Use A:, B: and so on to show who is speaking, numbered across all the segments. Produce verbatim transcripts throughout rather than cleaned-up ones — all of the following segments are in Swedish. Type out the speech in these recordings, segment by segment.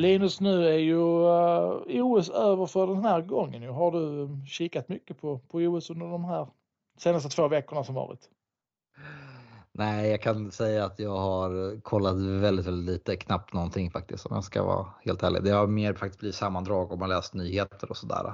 A: Linus, nu är ju uh, O S över för den här gången. Nu har du kikat mycket på, på O S under de här senaste två veckorna som varit.
B: Nej, jag kan säga att jag har kollat väldigt, väldigt lite, knappt någonting faktiskt, om jag ska vara helt ärlig. Det har mer faktiskt blivit sammandrag om man läst nyheter och sådär.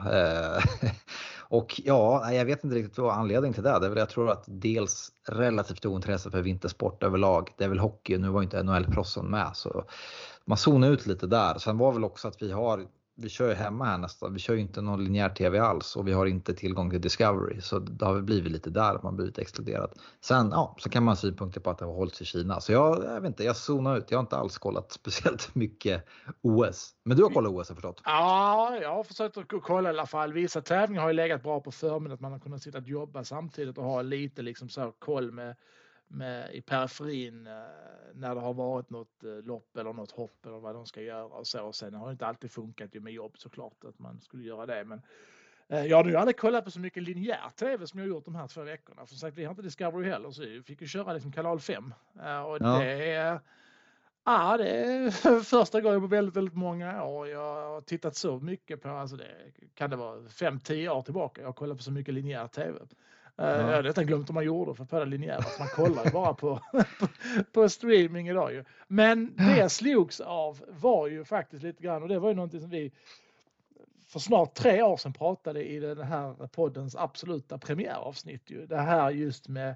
B: Och ja, jag vet inte riktigt vad anledningen till det är. Det är väl, jag tror att dels relativt ointresse för vintersport överlag. Det är väl hockey, nu var inte N H L-prossen med, så man zonar ut lite där. Sen var väl också att vi har vi kör ju hemma här nästan. Vi kör ju inte någon linjär tv alls och vi har inte tillgång till Discovery, så det har väl blivit lite där man blivit exkluderad. Sen ja, så kan man ha synpunkter på att det har hållits i Kina. Så jag, jag vet inte, jag zonar ut. Jag har inte alls kollat speciellt mycket O S. Men du har kollat O S, har förstått?
A: Ja, jag har försökt att kolla i alla fall. Vissa tävlingar har ju legat bra på förmiddagen, att man har kunnat sitta och jobba samtidigt och ha lite liksom så här koll med med i periferin när det har varit något lopp eller något hopp eller vad de ska göra och så. Och sen har det inte alltid funkat ju med jobb såklart att man skulle göra det. Men jag har ju aldrig kollat på så mycket linjär tv som jag har gjort de här två veckorna. För sagt, vi har inte Discovery heller, så vi fick ju köra liksom kanal fem. Och ja. det är ja, det är första gången på väldigt, väldigt många år. Jag har tittat så mycket på, alltså det kan det vara fem tio år tillbaka. Jag har kollat på så mycket linjär tv. Ja. Jag hade nästan glömt om man gjorde för att på det linjära. Man kollar ju bara på, på, på streaming idag ju. Men det slogs av var ju faktiskt lite grann. Och det var ju någonting som vi för snart tre år sedan pratade i den här poddens absoluta premiäravsnitt. Ju. Det här just med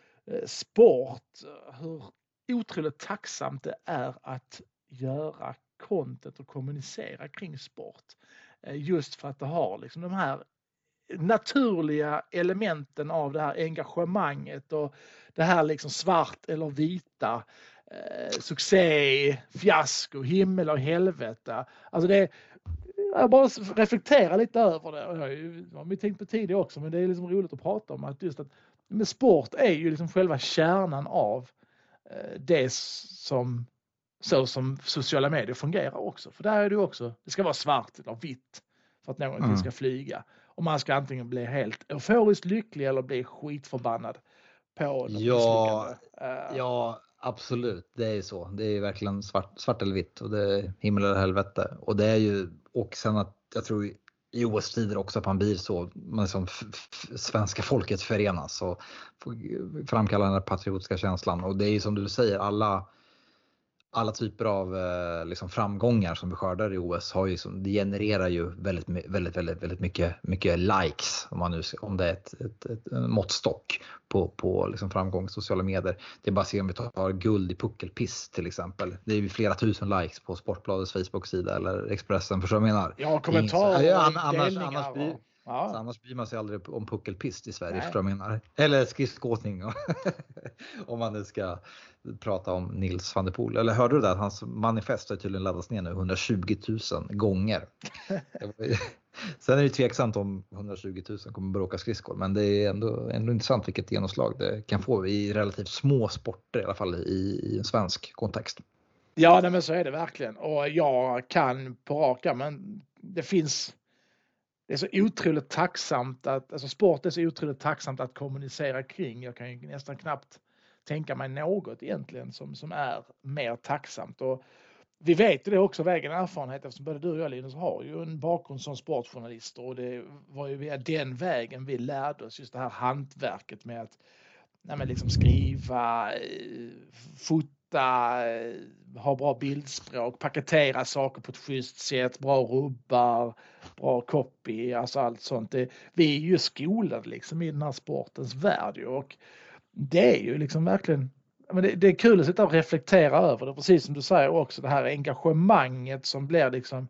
A: sport. Hur otroligt tacksamt det är att göra content och kommunicera kring sport. Just för att det har liksom de här naturliga elementen av det här engagemanget och det här liksom svart eller vita, eh, succé, fiasko, himmel och helvete. Alltså det, jag bara reflekterar lite över det. Och jag har ju tänkt på tidigare också, men det är liksom roligt att prata om att just att med sport är ju liksom själva kärnan av eh, det som så som sociala medier fungerar också. För där är det också, det ska vara svart eller vitt för att någonting mm. ska flyga. Och man ska antingen bli helt euforiskt lycklig eller bli skitförbannad på något
B: ja,
A: misslyckande. Uh,
B: ja, absolut. Det är så. Det är verkligen svart, svart eller vitt och det är himmel eller helvete. Och det är ju, och sen att jag tror i O S-tider också att man blir så, man som f- f- svenska folket förenas och framkallar den här patriotiska känslan. Och det är ju som du säger, alla alla typer av eh, liksom framgångar som vi skördar i O S har ju som, det genererar ju väldigt väldigt väldigt väldigt mycket mycket likes, om man nu om det är ett, ett, ett en måttstock på på liksom framgång i sociala medier. Det är bara att se om vi tar guld i puckelpiss till exempel. Det är ju flera tusen likes på Sportbladets Facebook-sida eller Expressen, för så jag menar.
A: Ja, kommentarer,
B: ja, annars annars blir
A: Ja.
B: Så annars bryr man sig aldrig om puckelpist i Sverige, för jag menar. Eller skridskoåkning om man nu ska prata om Nils van der Poel. Eller hörde du det? Hans manifest har tydligen laddats ner nu hundratjugo tusen gånger. Sen är det tveksamt om hundratjugo tusen kommer bråka skridskor, men det är ändå, ändå intressant vilket genomslag det kan få i relativt små sporter, i alla fall i, i en svensk kontext.
A: Ja, nej, men så är det verkligen. Och jag kan på raka, men det finns... Det är så otroligt tacksamt att, alltså sport är så otroligt tacksamt att kommunicera kring. Jag kan ju nästan knappt tänka mig något egentligen som, som är mer tacksamt. Och vi vet ju det också, vägen erfarenhet, eftersom både du och jag, Linus, har ju en bakgrund som sportjournalist. Och det var ju via den vägen vi lärde oss just det här hantverket med att nej, men liksom skriva, fota, ha bra bildspråk, paketera saker på ett schysst sätt, bra rubbar, bra copy, alltså allt sånt. Det, vi är ju skolade liksom i den här sportens värld, och det är ju liksom verkligen, men det, det är kul att sitta och reflektera över det, precis som du säger också, det här engagemanget som blir liksom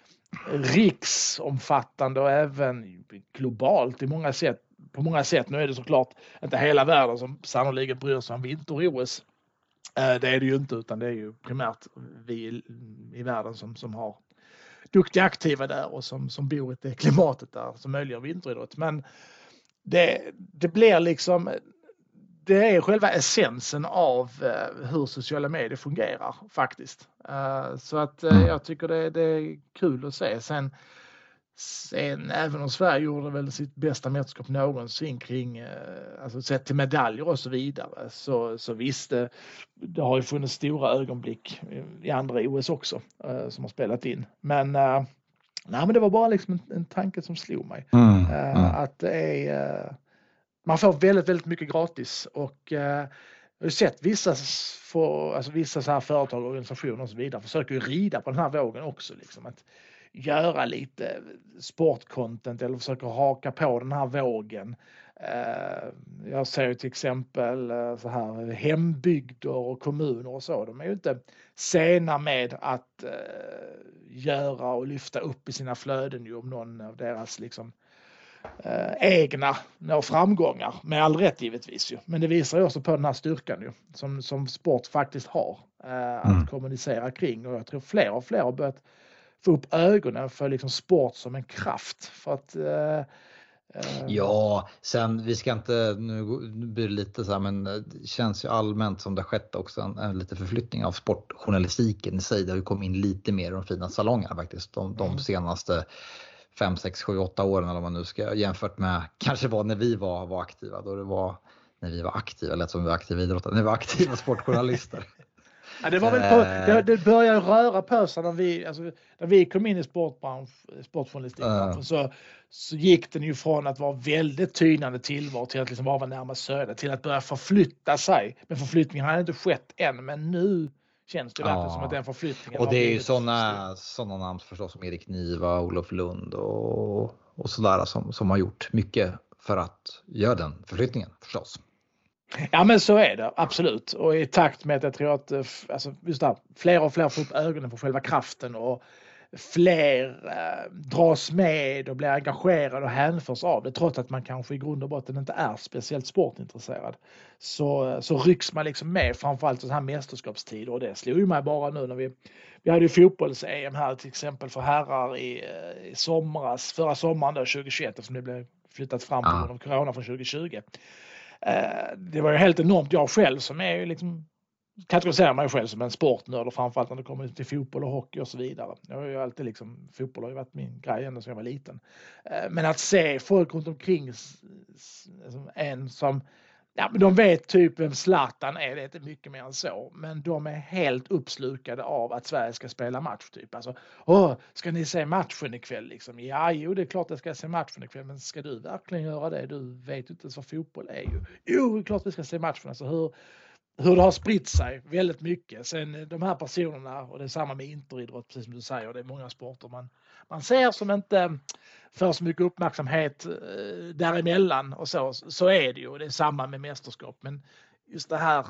A: riksomfattande och även globalt i många sätt. På många sätt, nu är det såklart inte hela världen som sannolikt bryr sig om vinter-O S. Det är det ju inte, utan det är ju primärt vi i, i världen som, som har duktiga aktiva där och som, som bor i det klimatet där som möjliggör vinteridrott. Men det, det blir liksom, det är själva essensen av hur sociala medier fungerar faktiskt. Så att jag tycker det, det är kul att se. Sen sen, även om Sverige gjorde väl sitt bästa mästerskap någonsin kring, alltså sett till medaljer och så vidare, så, så visst, det, det har ju funnits stora ögonblick i andra O S också som har spelat in. Men, nej, men det var bara liksom en, en tanke som slog mig. Mm, mm. Att det är, man får väldigt, väldigt mycket gratis, och jag har sett vissa, för, alltså vissa så här företag och organisationer och så vidare försöker ju rida på den här vågen också, liksom att göra lite sportcontent eller försöka haka på den här vågen. Jag ser ju till exempel så här hembygder och kommuner och så, de är ju inte sena med att göra och lyfta upp i sina flöden ju om någon av deras liksom egna når framgångar, med all rätt givetvis ju. Men det visar ju också på den här styrkan ju, som, som sport faktiskt har att mm. kommunicera kring, och jag tror fler och fler har börjat få upp ögonen för liksom sport som en kraft, för att eh,
B: ja, sen vi ska inte, nu blir det lite så här, men det känns ju allmänt som det har skett också en, en lite förflyttning av sportjournalistiken i sig, där vi kom in lite mer i de fina salongerna faktiskt de, de senaste fem, sex, sju, åtta åren, eller vad man nu ska, jämfört med kanske var när vi var, var aktiva, då det var när vi var aktiva, eller som vi var aktiva idrottare, när vi var aktiva sportjournalister.
A: Ja, det var väl på, det, det började röra på sig när vi, alltså, när vi kom in i sportbransch, sportjournalistikbranschen, uh. så, så gick den ju från att vara väldigt tynande tillvaro till att liksom vara närmast söder, till att börja förflytta sig. Men förflyttningen har inte skett än, men nu känns det verkligen ja. som att den förflyttningen
B: och det är ju sådana sådana namn förstås som Erik Niva, Olof Lund och, och sådär som, som har gjort mycket för att göra den förflyttningen förstås.
A: Ja, men så är det, absolut. Och i takt med att jag tror att alltså, just där, fler och fler får upp ögonen för själva kraften, och fler eh, dras med och blir engagerade och hänförs av det, trots att man kanske i grund och botten inte är speciellt sportintresserad, så, så rycks man liksom med, framförallt så här mästerskapstider, och det slog ju mig bara nu när vi vi hade ju fotbolls-E M här till exempel för herrar i, i somras, förra sommaren då, tjugohundratjugoett, eftersom det blev flyttat fram på grund av corona från tjugohundratjugo. Det var ju helt enormt. Jag själv som är ju liksom, kategoriserar mig själv som en sportnörd, och framförallt när det kommer till fotboll och hockey och så vidare. Jag har ju alltid liksom, fotboll har ju varit min grej ända sedan jag var liten. Men att se folk runt omkring en som, ja, men de vet typ vem Zlatan är, det är inte mycket mer än så, men de är helt uppslukade av att Sverige ska spela match typ. Alltså, åh, ska ni se matchen ikväll liksom? Ja, jo, det är klart jag ska se matchen ikväll, men ska du verkligen göra det? Du vet ju inte ens vad fotboll är ju. Jo, det är klart vi ska se matchen. Alltså hur, hur det har spritt sig väldigt mycket. Sen de här personerna, och det är samma med interidrott, precis som du säger, det är många sporter man, man ser som inte får så mycket uppmärksamhet eh, däremellan, och så, så är det ju. Det är samma med mästerskap, men just det här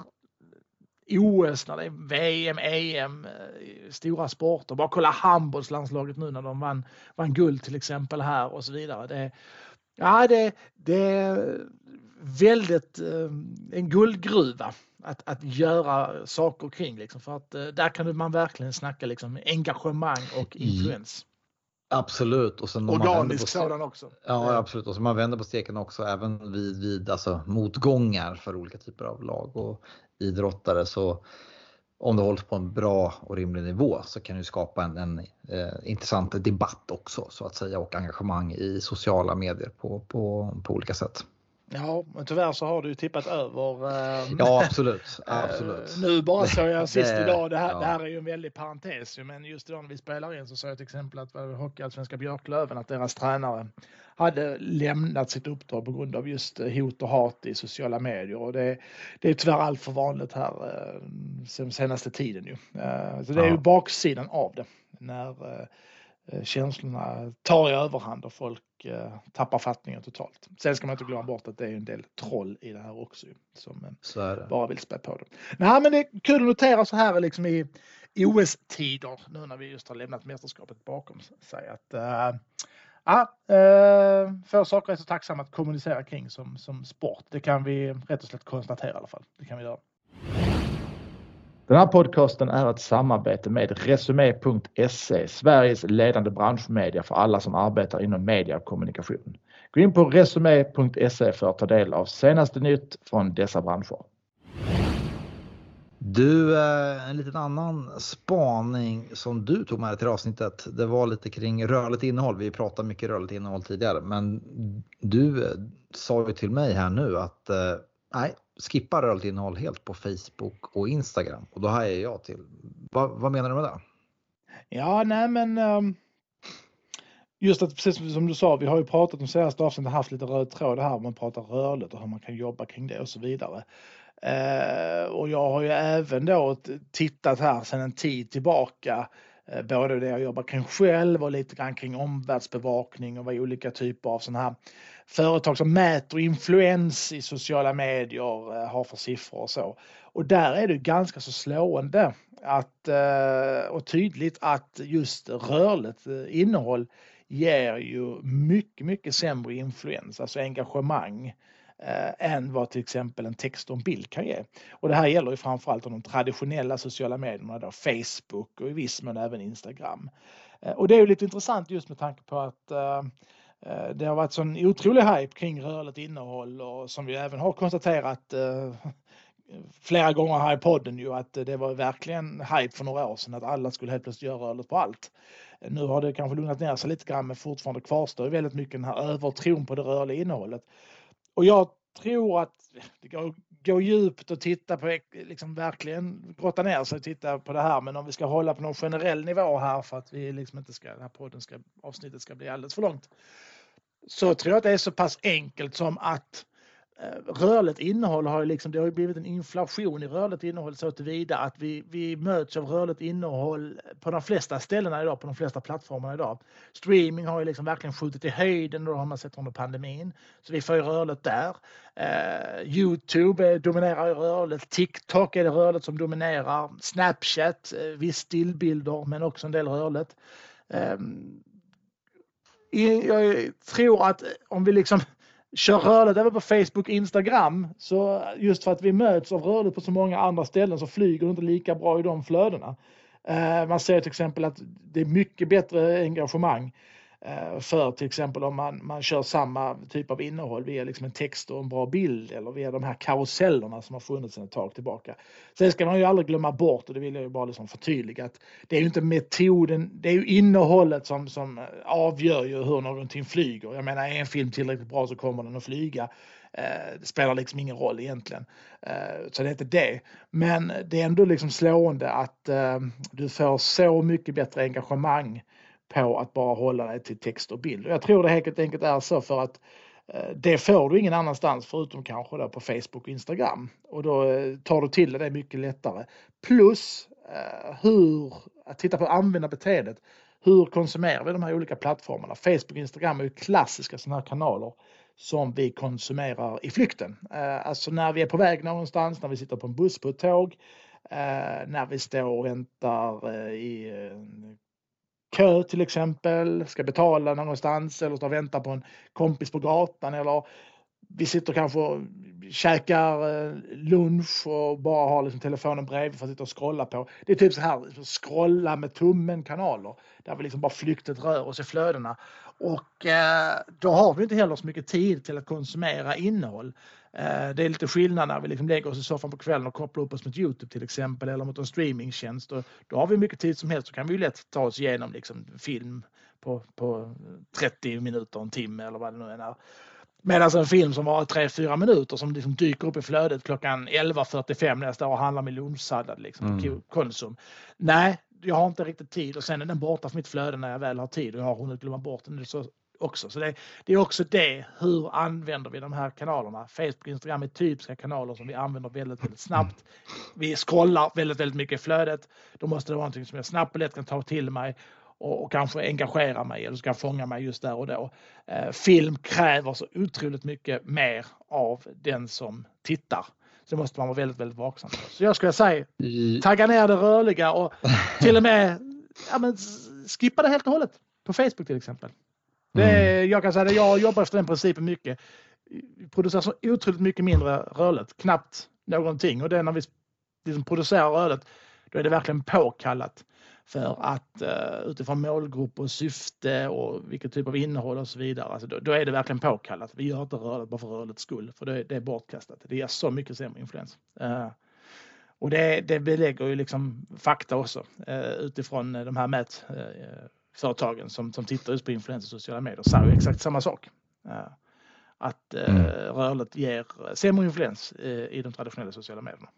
A: O S, när det är V M, E M, stora sporter, bara kolla handbollslandslaget nu när de vann, vann guld till exempel här och så vidare. Det, ja, det, det är väldigt eh, en guldgruva att, att göra saker kring, liksom, för att eh, där kan man verkligen snacka liksom, engagemang och influens.
B: Mm. Absolut. Och sen
A: organisk sådan också.
B: Ja, absolut. Och så man vänder på steken också, även vid, vid alltså, motgångar för olika typer av lag och idrottare, så om det hålls på en bra och rimlig nivå så kan det skapa en, en eh, intressant debatt också, så att säga, och engagemang i sociala medier på, på, på olika sätt.
A: Ja, men tyvärr så har du ju tippat över. Eh,
B: ja, absolut. absolut.
A: Eh, nu bara så jag sist det, idag, det här, ja. det här är ju en väldig parentes, men just idag när vi spelar in så sa jag till exempel att Hockeyallsvenska Björklöven, att deras tränare hade lämnat sitt uppdrag på grund av just hot och hat i sociala medier, och det, det är tyvärr allt för vanligt här eh, sen senaste tiden ju. Eh, så det är ja. ju baksidan av det, när eh, känslorna tar i överhand och folk eh, tappar fattningen totalt. Sen ska man inte glömma bort att det är en del troll i det här också, som eh, bara vill spä på det. Nej, men det är kul att notera så här liksom i O S-tider, nu när vi just har lämnat mästerskapet bakom sig, att äh, ja, äh, få saker är så tacksamma att kommunicera kring som, som sport. Det kan vi rätt och slett konstatera i alla fall. Det kan vi göra. Den här podcasten är ett samarbete med Resumé punkt se, Sveriges ledande branschmedia för alla som arbetar inom media och kommunikation. Gå in på Resumé punkt se för att ta del av senaste nytt från dessa branscher.
B: Du, en liten annan spaning som du tog med till avsnittet, det var lite kring rörligt innehåll. Vi pratade mycket rörligt innehåll tidigare, men du sa ju till mig här nu att nej, skippa rörligt innehåll helt på Facebook och Instagram. Och då har jag till. Va, vad menar du med det?
A: Ja, nej men just att precis som du sa, vi har ju pratat om senaste avsnittet, haft lite röd tråd det här, man pratar rörligt och hur man kan jobba kring det och så vidare. Eh, och jag har ju även då tittat här sedan en tid tillbaka, eh, både det jag jobbar kring själv och lite grann kring omvärldsbevakning och vad olika typer av sådana här företag som mäter influens i sociala medier eh, har för siffror och så. Och där är det ganska så slående att, eh, och tydligt att just rörligt eh, innehåll ger ju mycket, mycket sämre influens, alltså engagemang, eh, än vad till exempel en text och en bild kan ge. Och det här gäller ju framförallt de traditionella sociala medierna, då Facebook och i viss mån även Instagram. Eh, och det är ju lite intressant just med tanke på att eh, det har varit sån otrolig hype kring rörligt innehåll, och som vi även har konstaterat eh, flera gånger här i podden ju, att det var verkligen hype för några år sedan att alla skulle helt plötsligt göra rörligt på allt. Nu har det kanske lugnat ner sig lite grann, men fortfarande kvarstår väldigt mycket den här övertron på det rörliga innehållet. Och jag tror att det går, går djupt och titta på, liksom verkligen grotta ner sig och titta på det här, men om vi ska hålla på någon generell nivå här för att vi liksom inte ska, den här podden ska, avsnittet ska bli alldeles för långt, så tror jag att det är så pass enkelt som att rörligt innehåll har ju liksom, det har ju blivit en inflation i rörligt innehåll så tillvida att vi, vi möts av rörligt innehåll på de flesta ställena idag, på de flesta plattformarna idag. Streaming har ju liksom verkligen skjutit i höjden, och då har man sett under pandemin. Så vi får ju rörligt där. Uh, YouTube dominerar ju rörligt. TikTok är det rörligt som dominerar. Snapchat, uh, viss stillbilder, men också en del rörligt. Um, jag tror att om vi liksom kör rörligt även på Facebook och Instagram, så just för att vi möts av rörligt på så många andra ställen, så flyger det inte lika bra i de flödena. Eh, man ser till exempel att det är mycket bättre engagemang eh, för till exempel om man, man kör samma typ av innehåll via liksom en text och en bra bild, eller via de här karusellerna som har funnits sedan ett tag tillbaka. Sen ska man ju aldrig glömma bort, och det vill jag ju bara liksom förtydliga, att det är ju inte metoden, det är ju innehållet som, som avgör ju hur någonting flyger. Jag menar, är en film tillräckligt bra så kommer den att flyga. Det spelar liksom ingen roll egentligen. Så det är inte det. Men det är ändå liksom slående att du får så mycket bättre engagemang på att bara hålla dig till text och bild. Och jag tror det helt enkelt är så, för att det får du ingen annanstans förutom kanske där på Facebook och Instagram. Och då tar du till det mycket lättare. Plus hur, att titta på användarbeteendet. Hur konsumerar vi de här olika plattformarna? Facebook och Instagram är ju klassiska sådana här kanaler som vi konsumerar i flykten. Alltså när vi är på väg någonstans, när vi sitter på en buss, på ett tåg, när vi står och väntar i kö till exempel, ska betala någonstans, eller står och väntar på en kompis på gatan, eller vi sitter kanske och käkar lunch och bara har liksom telefonen bredvid för att sitta och scrolla på. Det är typ så här, scrolla med tummen kanaler, där vi liksom bara flyktigt rör oss i flödena. Och eh, då har vi inte heller så mycket tid till att konsumera innehåll. Eh, det är lite skillnad när vi liksom lägger oss i soffan på kvällen och kopplar upp oss mot YouTube till exempel, eller mot en streamingtjänst. Och då har vi mycket tid som helst, så kan vi ju lätt ta oss igenom liksom film på, på trettio minuter, en timme eller vad det nu är. Medan en film som var tre fyra minuter som liksom dyker upp i flödet klockan elva fyrtiofem när jag står och handlar med lunchsallad liksom, mm. Konsum. Nej, jag har inte riktigt tid, och sen är den borta för mitt flöde när jag väl har tid, och jag har hunnit glömma bort den så också. Så det, det är också det, hur använder vi de här kanalerna? Facebook och Instagram är typiska kanaler som vi använder väldigt, väldigt snabbt. Vi scrollar väldigt, väldigt mycket i flödet. Då måste det vara någonting som jag snabbt och lätt kan ta till mig och, och kanske engagera mig, eller ska fånga mig just där och då. Eh, film kräver så otroligt mycket mer av den som tittar. Så måste man vara väldigt, väldigt vaksam. Så jag skulle säga, tagga ner det rörliga och till och med ja, men, skippa det helt och hållet på Facebook till exempel. Det, jag kan säga att jag jobbar efter den principen mycket. Vi producerar så otroligt mycket mindre rörligt, knappt någonting. Och det är när vi liksom producerar rörligt, då är det verkligen påkallat. För att uh, utifrån målgrupp och syfte och vilken typ av innehåll och så vidare. Alltså då, då är det verkligen påkallat. Vi gör inte rörligt bara för rörligt skull. För det, det är bortkastat. Det ger så mycket sämre influens. Uh, Och det, det belägger ju liksom fakta också eh, utifrån de här mätföretagen som, som tittar just på influens i sociala medier. Så är ju exakt samma sak. Eh, att eh, mm. rörligt ger sämre influens i, i de traditionella sociala medierna.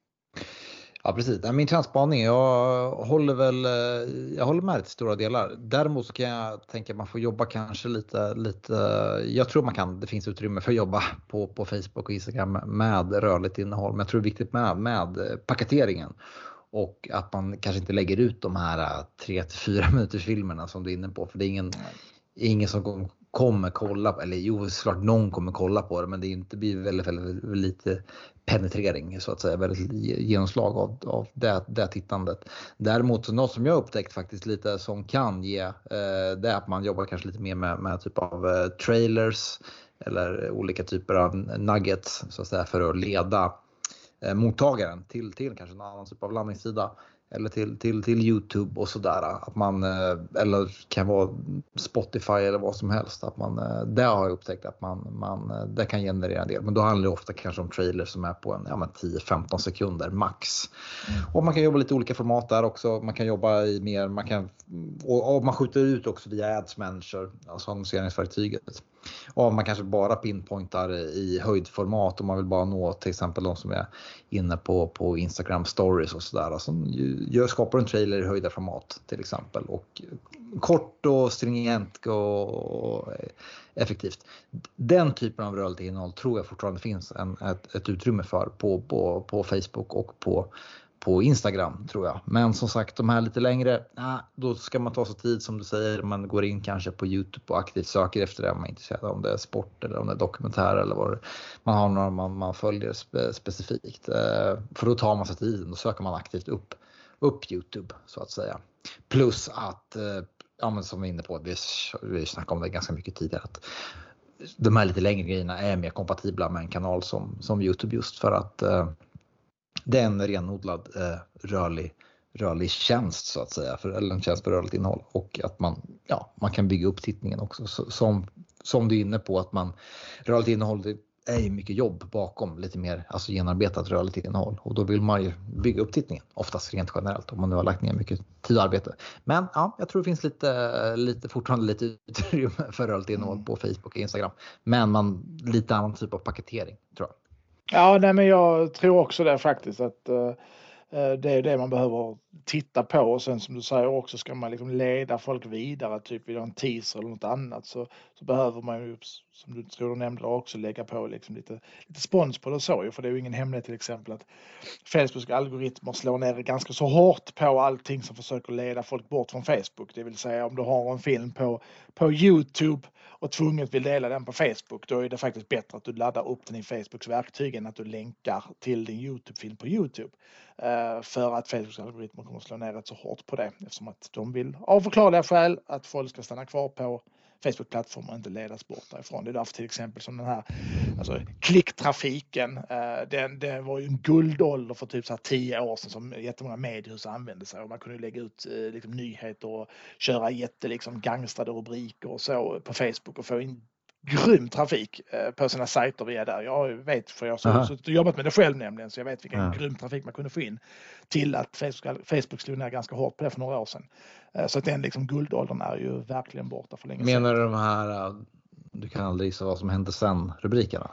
B: Ja, precis. Min trendspaning, jag håller väl, jag håller med till stora delar. Däremot så kan jag tänka att man får jobba kanske lite, lite, jag tror man kan, det finns utrymme för att jobba på, på Facebook och Instagram med rörligt innehåll. Men jag tror det är viktigt med, med paketeringen. Och att man kanske inte lägger ut de här tre till fyra minuters filmerna som du är inne på. För det är ingen, ingen som kommer kolla, eller jo, såklart någon kommer kolla på det, men det inte blir väldigt, väldigt, väldigt lite penetrering så att säga, väldigt genomslag av, av det, det tittandet. Däremot något som jag upptäckt faktiskt lite som kan ge, eh, det är att man jobbar kanske lite mer med, med typ av eh, trailers eller olika typer av nuggets så att säga, för att leda eh, mottagaren till, till kanske en annan typ av landningssida. Eller till, till, till YouTube och sådär. Att man, eller kan vara Spotify eller vad som helst. Att man, det har jag upptäckt att man, man, det kan generera en del. Men då handlar det ofta kanske om trailers som är på en ja, tio till femton sekunder max. Mm. Och man kan jobba lite olika format där också. Man kan jobba i mer, man kan, och, och man skjuter ut också via Ads Manager, alltså annonseringsverktyget. Och man kanske bara pinpointar i höjdformat om man vill bara nå till exempel de som är inne på, på Instagram stories och sådär. Alltså, gör, skapar en trailer i höjda format till exempel. Och kort och stringent och, och effektivt. Den typen av rörligt innehåll tror jag fortfarande finns en, ett, ett utrymme för på, på, på Facebook och på på Instagram tror jag. Men som sagt, de här lite längre, nah, då ska man ta sig tid som du säger. Man går in kanske på YouTube och aktivt söker efter det om man är intresserad, om det är sport eller om det är dokumentär eller vad det, man har några man, man följer spe, specifikt. Eh, för då tar man sig tiden och söker man aktivt upp, upp YouTube så att säga. Plus att, eh, ja, men som vi är inne på, vi, vi snackade om det ganska mycket tidigare, att de här lite längre grejerna är mer kompatibla med en kanal som, som YouTube just för att eh, det är en renodlad eh, rörlig, rörlig tjänst så att säga, för, eller en tjänst för rörligt innehåll. Och att man, ja, man kan bygga upp tittningen också. Så, som, som du är inne på, att man rörligt innehåll, det är ju mycket jobb bakom, lite mer alltså genomarbetat rörligt innehåll. Och då vill man ju bygga upp tittningen, oftast rent generellt, om man nu har lagt ner mycket tid och arbete. Men ja, jag tror det finns lite, lite, fortfarande lite utrymme för rörligt innehåll på Facebook och Instagram. Men man, lite annan typ av paketering tror jag.
A: Ja, nej, men jag tror också det faktiskt att uh, det är det man behöver titta på, och sen som du säger också ska man liksom leda folk vidare, typ vid en teaser eller något annat, så, så behöver man ju, som du tror du nämnde också, lägga på liksom lite, lite spons på det så, för det är ju ingen hemlighet till exempel att Facebooks algoritmer slår ner ganska så hårt på allting som försöker leda folk bort från Facebook. Det vill säga om du har en film på, på YouTube och tvunget vill dela den på Facebook, då är det faktiskt bättre att du laddar upp den i Facebooks verktyg än att du länkar till din YouTube-film på YouTube. Uh, för att Facebooks algoritmer kommer att slå ner rätt så hårt på det, eftersom att de vill av förklarliga skäl att folk ska stanna kvar på Facebook-plattformar och inte ledas bort därifrån. Det är därför till exempel som den här alltså, klicktrafiken, uh, den, den var ju en guldålder för typ så här tio år sedan som jättemånga mediehus använde sig, och man kunde lägga ut uh, liksom, nyheter och köra jätte liksom, gangstrade rubriker och så på Facebook och få in grym trafik eh, på sina sajter via där. Jag vet, för jag har så, så, jobbat med det själv nämligen, så jag vet vilken ja. grym trafik man kunde få in, till att Facebook, Facebook slog ner ganska hårt på det för några år sedan. Eh, så att den liksom guldåldern är ju verkligen borta för länge sedan.
B: Menar du de här, du kan aldrig gissa vad som hände sen rubrikerna?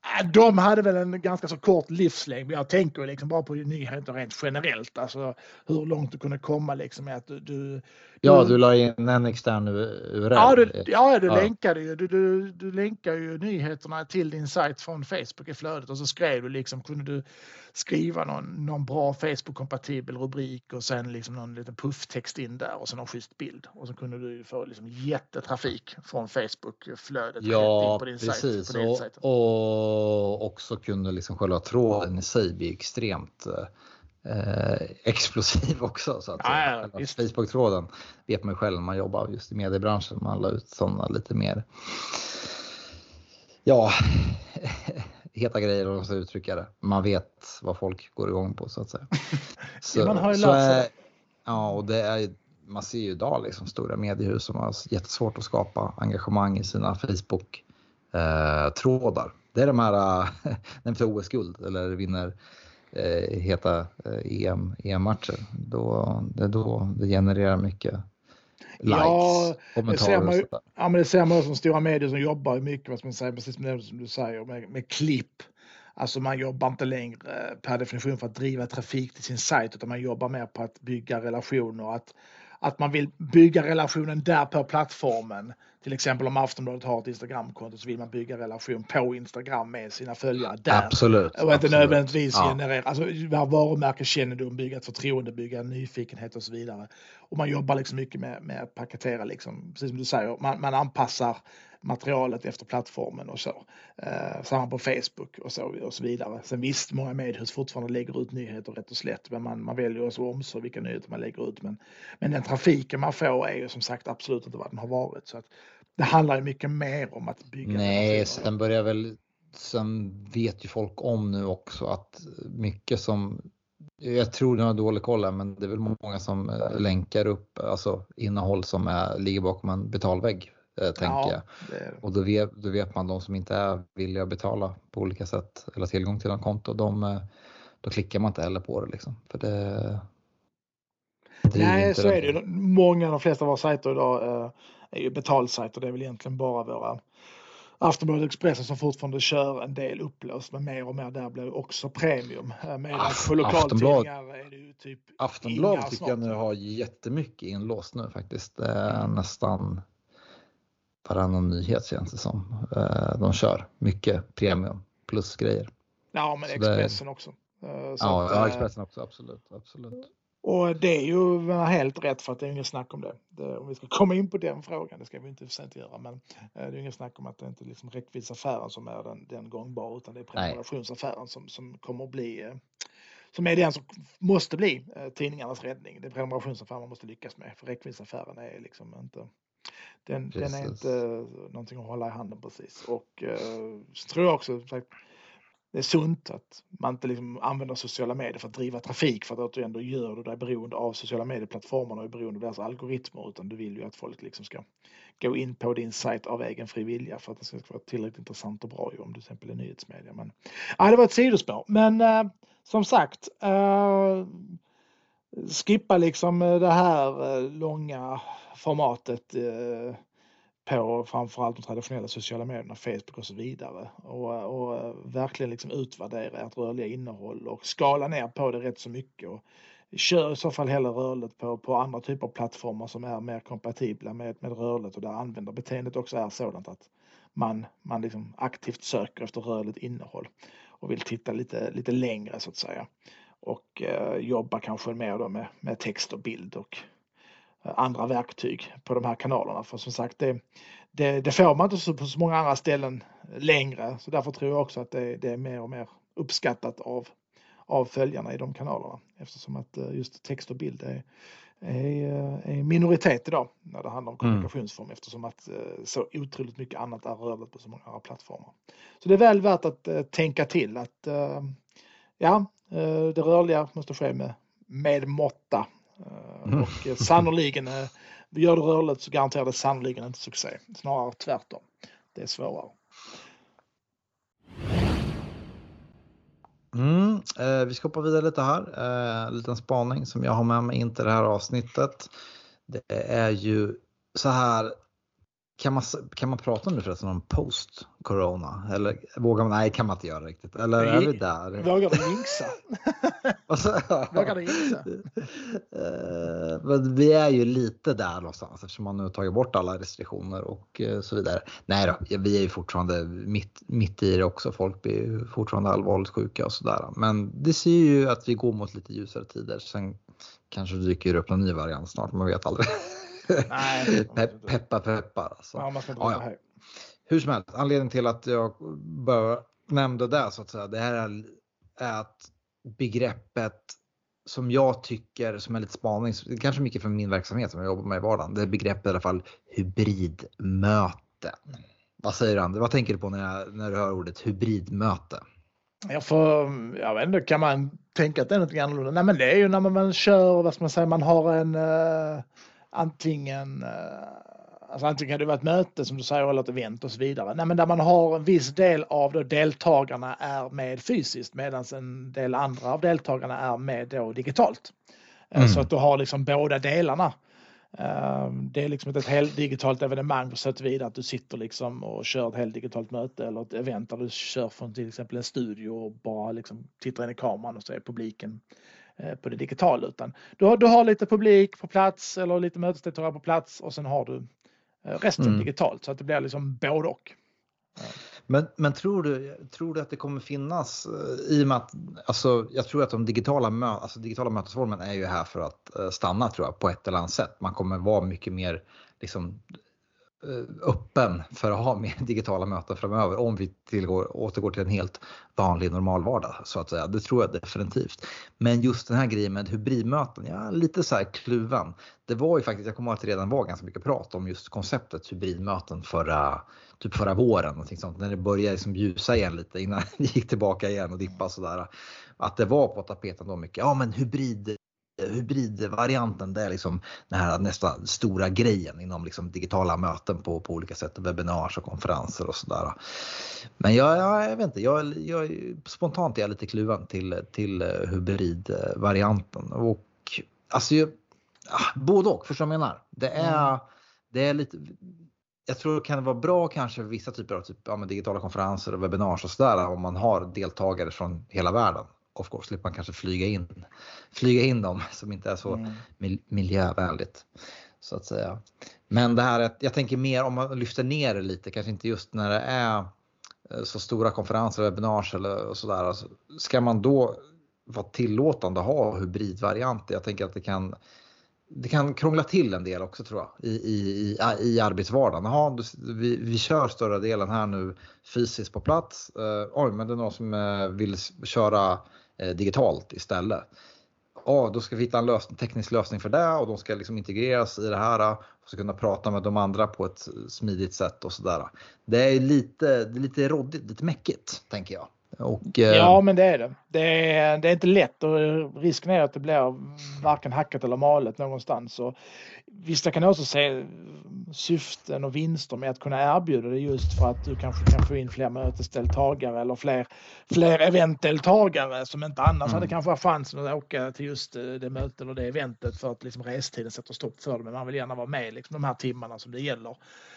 A: De hade väl en ganska så kort livslängd, men jag tänker liksom bara på nyheter rent generellt, alltså hur långt du kunde komma liksom med att du, du
B: Ja, du la in en extern U R L.
A: Ja, du, ja, du ja. länkade ju du, du, du länkar ju nyheterna till din sajt från Facebook i flödet, och så skrev du liksom, kunde du skriva någon, någon bra Facebook-kompatibel rubrik och sen liksom någon liten pufftext in där och sen någon schysst bild, och så kunde du få liksom jättetrafik från Facebook-flödet
B: ja,
A: in på din
B: precis.
A: sajt. På
B: och, och också kunde liksom själva tråden i sig bli extremt Eh, explosiv också så att
A: ja, ja,
B: Facebook-tråden vet man ju själv när man jobbar just i mediebranschen, man la ut sådana lite mer ja heta grejer, och så uttrycka det. Man vet vad folk går igång på så att säga. Så,
A: man har ju
B: så
A: lärt sig.
B: Är, ja, och det är, man ser ju idag liksom stora mediehus som har jättesvårt att skapa engagemang i sina Facebook eh, trådar. Det är de här när vi tar O S-guld eller vinner eh, heta eh, E M, E M-matcher. Då, det är då det genererar mycket likes,
A: ja,
B: kommentarer
A: man,
B: och sådär.
A: Ja, men det ser man som stora medier som jobbar mycket, vad ska man säga, precis med det som du säger, med, med klipp. Alltså man jobbar inte längre per definition för att driva trafik till sin sajt, utan man jobbar mer på att bygga relationer, att, att man vill bygga relationen där på plattformen. Till exempel om Aftonbladet har ett Instagramkonto så vill man bygga relation på Instagram med sina följare där.
B: Absolut.
A: Och inte
B: absolut.
A: nödvändigtvis
B: ja.
A: generera, alltså varumärkeskännedom, bygga ett förtroende, bygga nyfikenhet och så vidare. Och man jobbar liksom mycket med, med att paketera, liksom, precis som du säger, man, man anpassar materialet efter plattformen och så. Eh, samma på Facebook och så, och så vidare. Sen visst, många mediehus fortfarande lägger ut nyheter rätt och slätt, men man, man väljer också om så vilka nyheter man lägger ut. Men, men den trafiken man får är ju som sagt absolut inte vad den har varit. Så att det handlar ju mycket mer om att bygga.
B: Nej, sen börjar väl, sen vet ju folk om nu också att mycket som, jag tror det har dålig koll här, men det är väl många som länkar upp alltså innehåll som är, ligger bakom en betalvägg. Eh, tänker
A: Ja,
B: jag.
A: det är det.
B: Och då vet, då vet man de som inte är villiga att betala på olika sätt eller tillgång till en konto, de, eh, då klickar man inte heller på det liksom. För det, det
A: Nej,
B: inte
A: så
B: den.
A: är det ju. Många, de flesta av våra sajter idag eh, är ju betalsajter. Det är väl egentligen bara våra Aftonbladet Expressen som fortfarande kör en del upplöst, men mer och mer där blir också premium. Eh, Medan
B: Aff-
A: på lokaltidningar är det ju typ
B: Aftonbladet
A: inga
B: tycker jag
A: snart.
B: nu har jättemycket inlåst nu faktiskt. Det är nästan varannan nyhet känns det som. Eh, De kör mycket premium plus grejer.
A: Ja, men
B: Så
A: Expressen
B: det-
A: också. Eh, så
B: Ja,
A: att,
B: ja,
A: eh,
B: Expressen också, absolut. absolut.
A: Och det är ju helt rätt, för att det är ingen snack om det. det. Om vi ska komma in på den frågan, det ska vi inte för sent göra, men det är ingen snack om att det inte är liksom räckviddsaffären som är den, den gångbara, utan det är prenumerationsaffären som, som kommer att bli, eh, som är den som måste bli eh, tidningarnas räddning. Det är prenumerationsaffären man måste lyckas med, för räckviddsaffären är liksom inte, den, den är
B: Precis.
A: inte någonting att hålla i handen precis. Och eh, så tror jag också, sagt, det är sunt att man inte liksom använder sociala medier för att driva trafik, för att du ändå gör du dig beroende av sociala medieplattformarna och är beroende av deras algoritmer, utan du vill ju att folk liksom ska gå in på din sajt av egen fri vilja för att det ska vara tillräckligt intressant och bra ju, om du till exempel är nyhetsmedia. Men ja, det var ett sidospår. Men eh, som sagt, eh, skippa liksom det här eh, långa formatet eh, på framförallt de traditionella sociala medierna, Facebook och så vidare, och, och verkligen liksom utvärdera ert rörliga innehåll och skala ner på det rätt så mycket, och kör i så fall hellre rörligt på, på andra typer av plattformar som är mer kompatibla med, med rörligt, och där användarbeteendet också är sådant att man, man liksom aktivt söker efter rörligt innehåll och vill titta lite, lite längre så att säga, och eh, jobba kanske mer då med, med text och bild och andra verktyg på de här kanalerna. För som sagt, det, det, det får man inte så, på så många andra ställen längre. Så därför tror jag också att det, det är mer och mer uppskattat av, av följarna i de kanalerna. Eftersom att just text och bild är, är, är minoritet idag när det handlar om kommunikationsform. Mm. Eftersom att så otroligt mycket annat är rörligt på så många andra plattformar. Så det är väl värt att uh, tänka till att uh, ja, uh, det rörliga måste ske med, med måtta. Mm. Och sannoliken, vi gör det rörligt så garanterar det sannoliken inte succé. Snarare tvärtom. Det är svårare.
B: Mm, eh, vi ska hoppa vidare lite här. Eh, en liten spaning som jag har med mig in till det här avsnittet. Det är ju så här. Kan man, kan man prata nu förresten om post-corona? Eller vågar man? Nej, kan man inte göra riktigt. Eller är vi där?
A: Vågar du jinxa? Vågar du jinxa?
B: Men vi är ju lite där någonstans eftersom man nu har tagit bort alla restriktioner och så vidare. Nej då, vi är ju fortfarande mitt, mitt i det också. Folk blir ju fortfarande allvarligt sjuka och sådär. Men det ser ju att vi går mot lite ljusare tider. Sen kanske det dyker upp någon ny variant snart, man vet aldrig. Nej, Pe- peppa peppa alltså.
A: Ja, man ska inte
B: ja, ja. Hur som helst, anledningen till att jag bör nämnde det så att säga, det här är, är att begreppet som jag tycker som är lite spaning, kanske mycket från min verksamhet som jag jobbar med i vardagen, det är begreppet i alla fall hybridmöte. Mm. Vad säger du, vad tänker du på när, jag, när du hör ordet hybridmöte?
A: Jag, får, jag vet inte, kan man tänka att det är något annorlunda? Nej, men det är ju när man, man kör, vad ska man säga, man har en uh, antingen uh, Alltså antingen kan det vara ett möte som du säger eller ett event och så vidare. Nej, men där man har en viss del av då deltagarna är med fysiskt medan en del andra av deltagarna är med då digitalt. Mm. Så att du har liksom båda delarna. Det är liksom ett helt digitalt evenemang på sätt och vidare att du sitter liksom och kör ett helt digitalt möte eller ett event där du kör från till exempel en studio och bara liksom tittar in i kameran och så är publiken på det digitala, utan du har, du har lite publik på plats eller lite mötesdeltagare på plats och sen har du resten mm. digitalt, så att det blir liksom både och.
B: Men, men tror du, tror du att det kommer finnas i och med att alltså, jag tror att de digitala, mö, alltså, digitala mötesformen är ju här för att stanna tror jag på ett eller annat sätt. Man kommer vara mycket mer liksom öppen för att ha mer digitala möten framöver om vi tillgår, återgår till en helt vanlig normal vardag så att säga. Det tror jag definitivt. Men just den här grejen med hybridmöten, ja, lite så här kluven. Det var ju faktiskt, jag kommer ihåg att det redan var ganska mycket prat om just konceptet hybridmöten förra, typ förra våren, någonting sånt, när det började liksom ljusa igen lite innan det gick tillbaka igen och dippa sådär. Att det var på tapeten då mycket, ja men hybrid hybridvarianten, det är liksom den här nästa stora grejen inom liksom digitala möten på, på olika sätt, webbinars och konferenser och sådär. Men jag, jag, jag vet inte, jag, jag, spontant är jag lite kluven till, till hybridvarianten och alltså jag, både och, förstår jag menar. Det är, mm. det är lite, jag tror det kan vara bra kanske för vissa typer av typ, ja, men digitala konferenser och webbinars och sådär om man har deltagare från hela världen. Of course, slipper man kanske flyga in, flyga in dem som inte är så mm. mil- miljövänligt så att säga. Men det här, jag tänker mer om man lyfter ner det lite, kanske inte just när det är så stora konferenser, webbinars eller sådär. Alltså, ska man då vara tillåtande att ha hybridvarianter? Jag tänker att det kan, det kan krångla till en del också tror jag i, i, i, i arbetsvardagen. Jaha, vi, vi kör större delen här nu fysiskt på plats. Uh, oj, men det är någon som uh, vill köra uh, digitalt istället. Ja, då ska vi hitta en lösning, teknisk lösning för det och de ska liksom integreras i det här och ska kunna prata med de andra på ett smidigt sätt och sådär. Det är lite, det är lite råddigt, lite mäckigt tänker jag. Och, eh...
A: Ja, men det är det. Det är, det är inte lätt och risken är att det blir varken hackat eller malet någonstans. Och visst, jag kan också se syften och vinster med att kunna erbjuda det just för att du kanske kan få in fler mötesdeltagare eller fler, fler eventdeltagare som inte annars mm. hade kanske haft chansen att åka till just det mötet eller det eventet för att liksom restiden sätter stopp för det. Men man vill gärna vara med liksom de här timmarna som det gäller.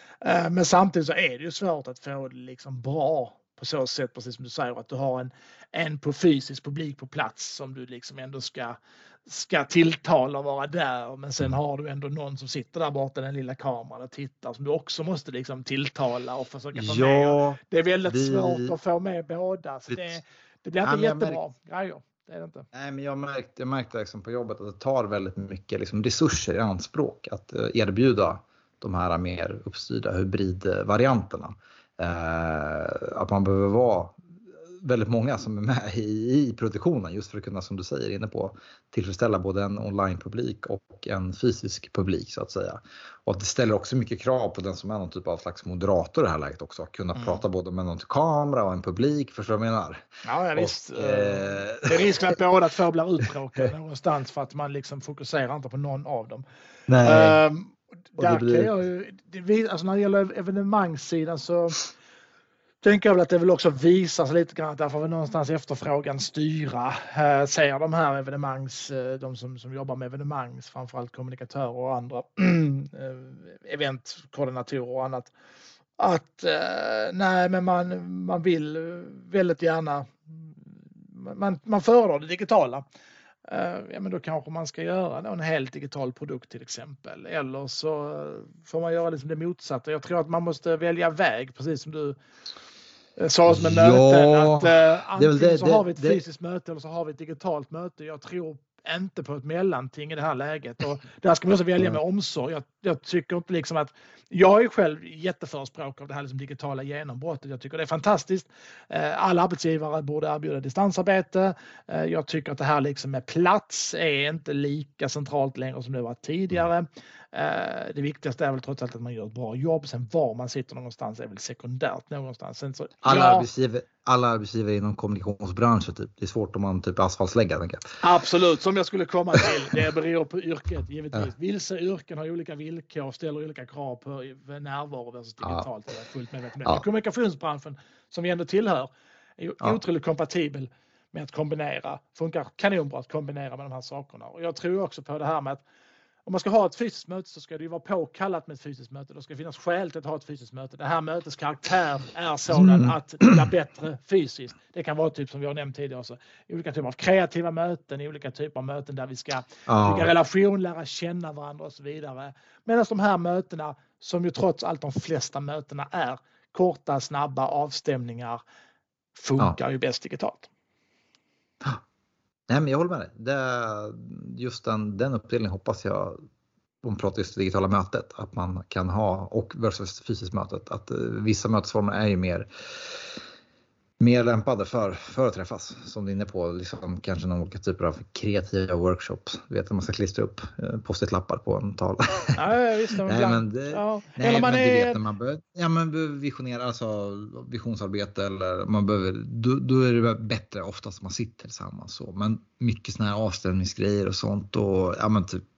A: Men samtidigt så är det ju svårt att få det liksom bra på så sätt, precis som du säger, att du har en, en på fysisk publik på plats som du liksom ändå ska, ska tilltala och vara där, men sen har du ändå någon som sitter där borta, den lilla kameran och tittar, som du också måste liksom tilltala och försöka få
B: ja,
A: med. Det är väldigt
B: vi,
A: svårt att få med båda, så det, det blir inte ja, jättebra märkt, grejer. Det är det inte.
B: Nej, men jag märkte, jag märkte liksom på jobbet att det tar väldigt mycket liksom resurser i anspråk att erbjuda de här mer uppstyrda hybridvarianterna. Uh, att man behöver vara väldigt många som är med i, i produktionen just för att kunna, som du säger, inne på tillfredsställa både en online-publik och en fysisk publik så att säga. Och att det ställer också mycket krav på den som är någon typ av slags moderator i det här läget också. Att kunna mm. prata både med någon kamera och en publik, förstår du vad jag menar?
A: Ja, ja visst. Och, eh... det är risk att båda två blir uttråkade någonstans för att man liksom fokuserar inte på någon av dem.
B: Nej.
A: Um, Där blir... kan jag ju, det, alltså när det gäller evenemangssidan så tänker jag väl att det vill också visas lite grann att där får vi någonstans efterfrågan styra. Eh, ser de här evenemangs, de som, som jobbar med evenemangs, framförallt kommunikatörer och andra eh, eventkoordinatorer och annat, att eh, nej men man, man vill väldigt gärna, man, man föredrar det digitala. Ja, men då kanske man ska göra en helt digital produkt till exempel. Eller så får man göra liksom det motsatta. Jag tror att man måste välja väg, precis som du sa som en
B: ja,
A: möten. Att, eh, antingen
B: det, det,
A: så har vi ett
B: det,
A: fysiskt möte eller så har vi ett digitalt möte. Jag tror inte på ett mellanting i det här läget. Och där ska man också välja med omsorg. Jag, jag tycker inte liksom att... Jag är själv jätteförespråkare av det här liksom digitala genombrottet. Jag tycker det är fantastiskt. Alla arbetsgivare borde erbjuda distansarbete. Jag tycker att det här liksom med plats är inte lika centralt längre som det var tidigare. Eh, det viktigaste är väl trots allt att man gör ett bra jobb. Sen var man sitter någonstans är väl sekundärt någonstans. Sen så,
B: alla,
A: ja,
B: arbetsgivare, alla arbetsgivare inom kommunikationsbranschen typ. Det är svårt om man typ asfaltslägga, tänker jag.
A: absolut, som jag skulle komma till. Det beror på yrket, givetvis. Ja. Vissa yrken har olika villkor, ställer olika krav på närvaro versus digitalt. Ja. Jag är fullt medveten om det. Ja. Men kommunikationsbranschen, som vi ändå tillhör, är ja. otroligt kompatibel med att kombinera. Funkar kanonbra att kombinera med de här sakerna. Och jag tror också på det här med att om man ska ha ett fysiskt möte så ska det ju vara påkallat med ett fysiskt möte. Det ska finnas skäl till att ha ett fysiskt möte. Det här mötets karaktär är sådan mm. att det blir bättre fysiskt. Det kan vara typ som vi har nämnt tidigare också. Olika typer av kreativa möten, olika typer av möten där vi ska oh. bygga relation, lära känna varandra och så vidare. Medan de här mötena, som ju trots allt de flesta mötena är, korta, snabba avstämningar, funkar oh. ju bäst digitalt.
B: Nej, men jag håller med dig. Det, just den, den uppdelningen hoppas jag, om man pratar just det digitala mötet, att man kan ha, och versus fysiskt mötet, att vissa mötesformer är ju mer, mer lämpade för, för att träffas, som du är inne på, liksom, kanske någon olika typer av kreativa workshops. Du vet att man ska klistra upp post-it-lappar på en tal.
A: Ja, visst.
B: nej, men det, ja. nej,
A: eller man
B: men
A: är...
B: du vet när man behöver, ja, man behöver visionera, alltså visionsarbete, eller man behöver, då, då är det bättre oftast att man sitter tillsammans så. Men mycket såna här avstämningsgrejer och sånt, och ja, men typ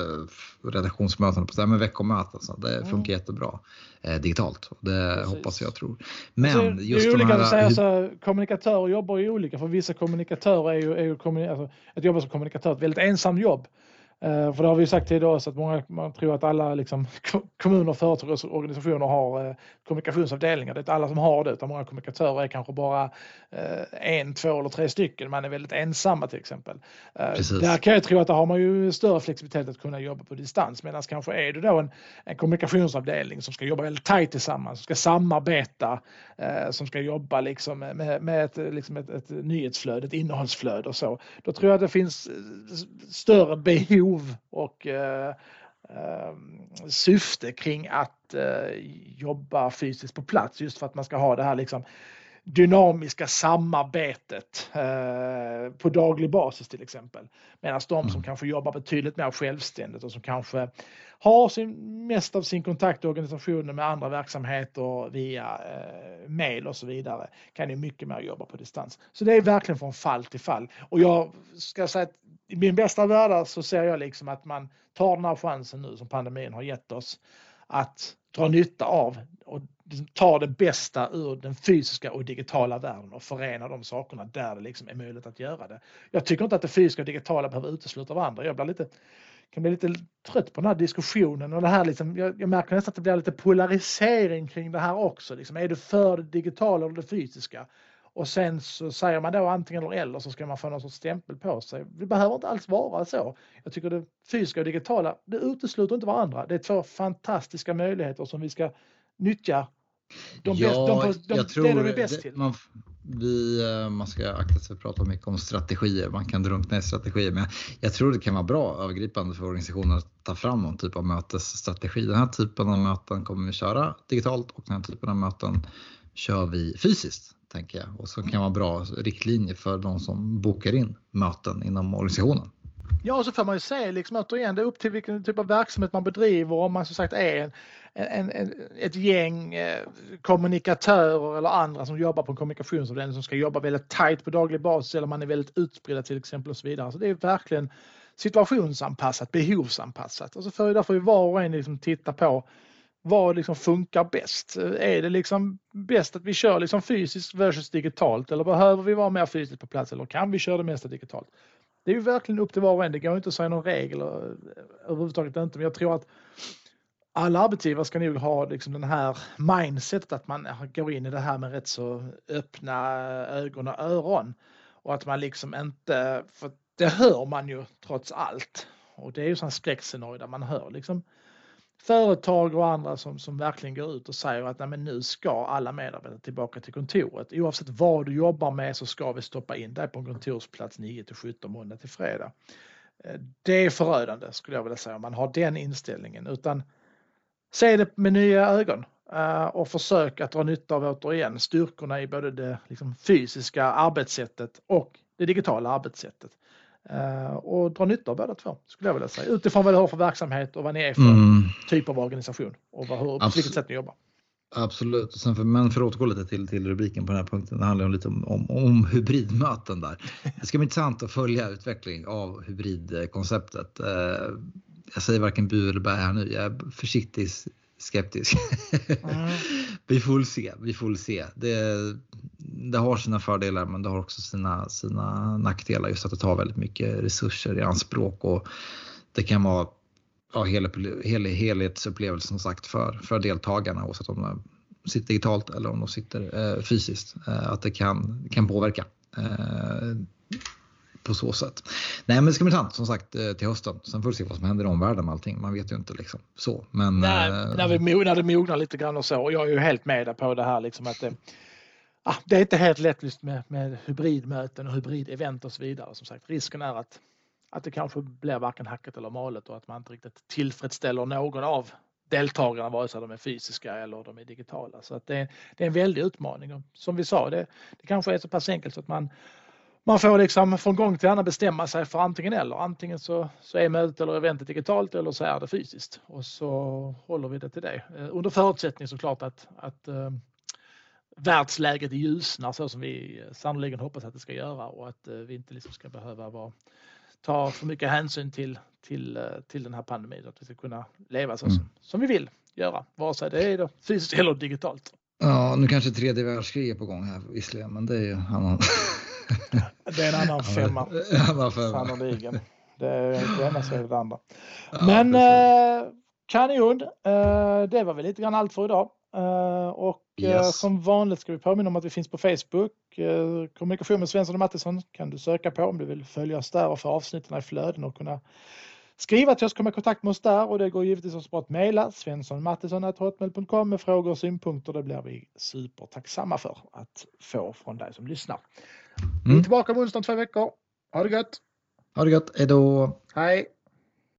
B: eh, redaktionsmöten på det med veckomöten, så det mm. funkar jättebra eh, digitalt. Och det Precis. hoppas jag tror. Men
A: alltså,
B: just
A: det är olika
B: här,
A: att säga, så kommunikatörer jobbar ju olika, för vissa kommunikatörer är ju, är ju kommuni- alltså, att jobba som kommunikatör ett väldigt ensamt jobb. Uh, för det har vi ju sagt tidigare så att många man tror att alla liksom, kommuner, företag och organisationer har uh, kommunikationsavdelningar. Det är inte alla som har det, utan många kommunikatörer är kanske bara uh, en, två eller tre stycken. Man är väldigt ensamma till exempel. Uh, där kan jag tro att där har man ju större flexibilitet att kunna jobba på distans. Medan kanske är det då en, en kommunikationsavdelning som ska jobba väldigt tajt tillsammans, som ska samarbeta, uh, som ska jobba liksom med, med ett, liksom ett, ett nyhetsflöde, ett innehållsflöde och så. Då tror jag att det finns större behov och eh, eh, syfte kring att eh, jobba fysiskt på plats, just för att man ska ha det här liksom dynamiska samarbetet eh, på daglig basis till exempel. Medan de mm. som kanske jobbar betydligt mer självständigt och som kanske har sin, mest av sin kontakt i organisationen med andra verksamheter via eh, mail och så vidare, kan ju mycket mer jobba på distans. Så det är verkligen från fall till fall. Och jag ska säga att i min bästa värld så ser jag liksom att man tar den här chansen nu som pandemin har gett oss att dra nytta av och ta det bästa ur den fysiska och digitala världen och förena de sakerna där det liksom är möjligt att göra det. Jag tycker inte att det fysiska och digitala behöver utesluta varandra. Jag blir lite, kan bli lite trött på den här diskussionen och det här liksom, jag, jag märker nästan att det blir lite polarisering kring det här också. Liksom, är du för det digitala eller det fysiska? Och sen så säger man då antingen eller eller, så ska man få någon sorts stämpel på sig. Det behöver inte alls vara så. Jag tycker det fysiska och digitala, det utesluter inte varandra. Det är två fantastiska möjligheter som vi ska nyttja. De
B: ja,
A: bäst, de, de,
B: jag tror
A: det de är bäst
B: det,
A: till.
B: Man, vi, man ska akta sig för att prata mycket om strategier. Man kan drunkna i strategier. Men jag tror det kan vara bra övergripande för organisationer att ta fram någon typ av mötesstrategi. Den här typen av möten kommer vi köra digitalt, och den här typen av möten kör vi fysiskt, tänker jag. Och så kan vara bra riktlinjer för de som bokar in möten inom organisationen.
A: Ja, och så får man ju se liksom återigen, det är upp till vilken typ av verksamhet man bedriver. Om man som sagt är en, en, en, ett gäng eh, kommunikatörer eller andra som jobbar på en kommunikationsavdelning som ska jobba väldigt tajt på daglig basis, eller man är väldigt utspridda till exempel och så vidare. Så det är verkligen situationsanpassat, behovsanpassat. Och så får ju därför ju var och en liksom titta på vad liksom funkar bäst. Är det liksom bäst att vi kör liksom fysiskt versus digitalt, eller behöver vi vara mer fysiskt på plats, eller kan vi köra det mesta digitalt? Det är ju verkligen upp till var och en. Det går inte att säga någon regel överhuvudtaget inte, men jag tror att alla arbetsgivare ska nog ha liksom den här mindsetet att man går in i det här med rätt så öppna ögon och öron, och att man liksom inte, för det hör man ju trots allt, och det är ju sån skräckscenario där man hör liksom företag och andra som, som verkligen går ut och säger att nej, men nu ska alla medarbetare tillbaka till kontoret. Oavsett vad du jobbar med så ska vi stoppa in dig på en kontorsplats nio till sjutton måndag till fredag. Det är förödande, skulle jag vilja säga, om man har den inställningen. Utan se det med nya ögon och försök att dra nytta av återigen styrkorna i både det liksom fysiska arbetssättet och det digitala arbetssättet. Uh, och dra nytta av båda två, skulle jag vilja säga. Utifrån vad du har för verksamhet och vad ni är för
B: Mm.
A: typ av organisation och vad, hur, på vilket sätt ni jobbar.
B: Absolut. Sen för, men för att återgå lite till, till rubriken på den här punkten, det handlar om lite om, om, om hybridmöten där. Det ska bli intressant att följa utveckling av hybridkonceptet. Eh, jag säger varken bu eller bä här nu. Jag är försiktigt skeptisk. Mm. vi får se, vi får se. Det, det har sina fördelar, men det har också sina, sina nackdelar, just att det tar väldigt mycket resurser i anspråk, och det kan vara ja, hel, hel, helhetsupplevelse som sagt för, för deltagarna, oavsett om de sitter digitalt eller om de sitter eh, fysiskt, eh, att det kan, kan påverka eh, på så sätt. Nej, men det ska bli sant som sagt till hösten. Sen får vi se vad som händer i omvärlden med allting. Man vet ju inte liksom så. Men,
A: Nej,
B: äh...
A: när, vi mognar, det mognar lite grann och så. Och jag är ju helt med på det här liksom att det, ah, det är inte helt lätt med, med hybridmöten och hybridevent och så vidare. Som sagt, risken är att, att det kanske blir varken hacket eller malet och att man inte riktigt tillfredsställer någon av deltagarna, vare sig de är fysiska eller de är digitala. Så att det, det är en väldig utmaning. Och som vi sa, det, det kanske är så pass enkelt så att man Man får liksom från gång till annan bestämma sig för antingen eller. Antingen så, så är mötet eller eventet digitalt eller så är det fysiskt. Och så håller vi det till det. Under förutsättning såklart att, att uh, världsläget ljusnar så som vi sannolikt hoppas att det ska göra. Och att uh, vi inte liksom ska behöva vara, ta för mycket hänsyn till, till, uh, till den här pandemin. Att vi ska kunna leva så mm. som, som vi vill göra. Vare sig det är då fysiskt eller digitalt.
B: Ja, nu kanske tredje världskrig är på gång här visserligen. Men det är ju annan...
A: Det är en annan femma.
B: Annan femma.
A: Sannoliken. Det är det ena så är det andra. Ja, men eh, kanon. Eh, det var väl lite grann allt för idag. Eh, och yes. eh, som vanligt ska vi påminna om att vi finns på Facebook. Eh, kommunikation med Svensson och Mattisson kan du söka på om du vill följa oss där och få avsnitten i flöden och kunna skriva till oss, komma i kontakt med oss där, och det går givetvis också bra att mejla svenssonmattisson at hotmail punkt com med frågor och synpunkter. Det blir vi supertacksamma för att få från dig som lyssnar. Mm. Vi är tillbaka på onsdag om två veckor. Ha det gött.
B: Ha det gött. Hej då.
A: Hej.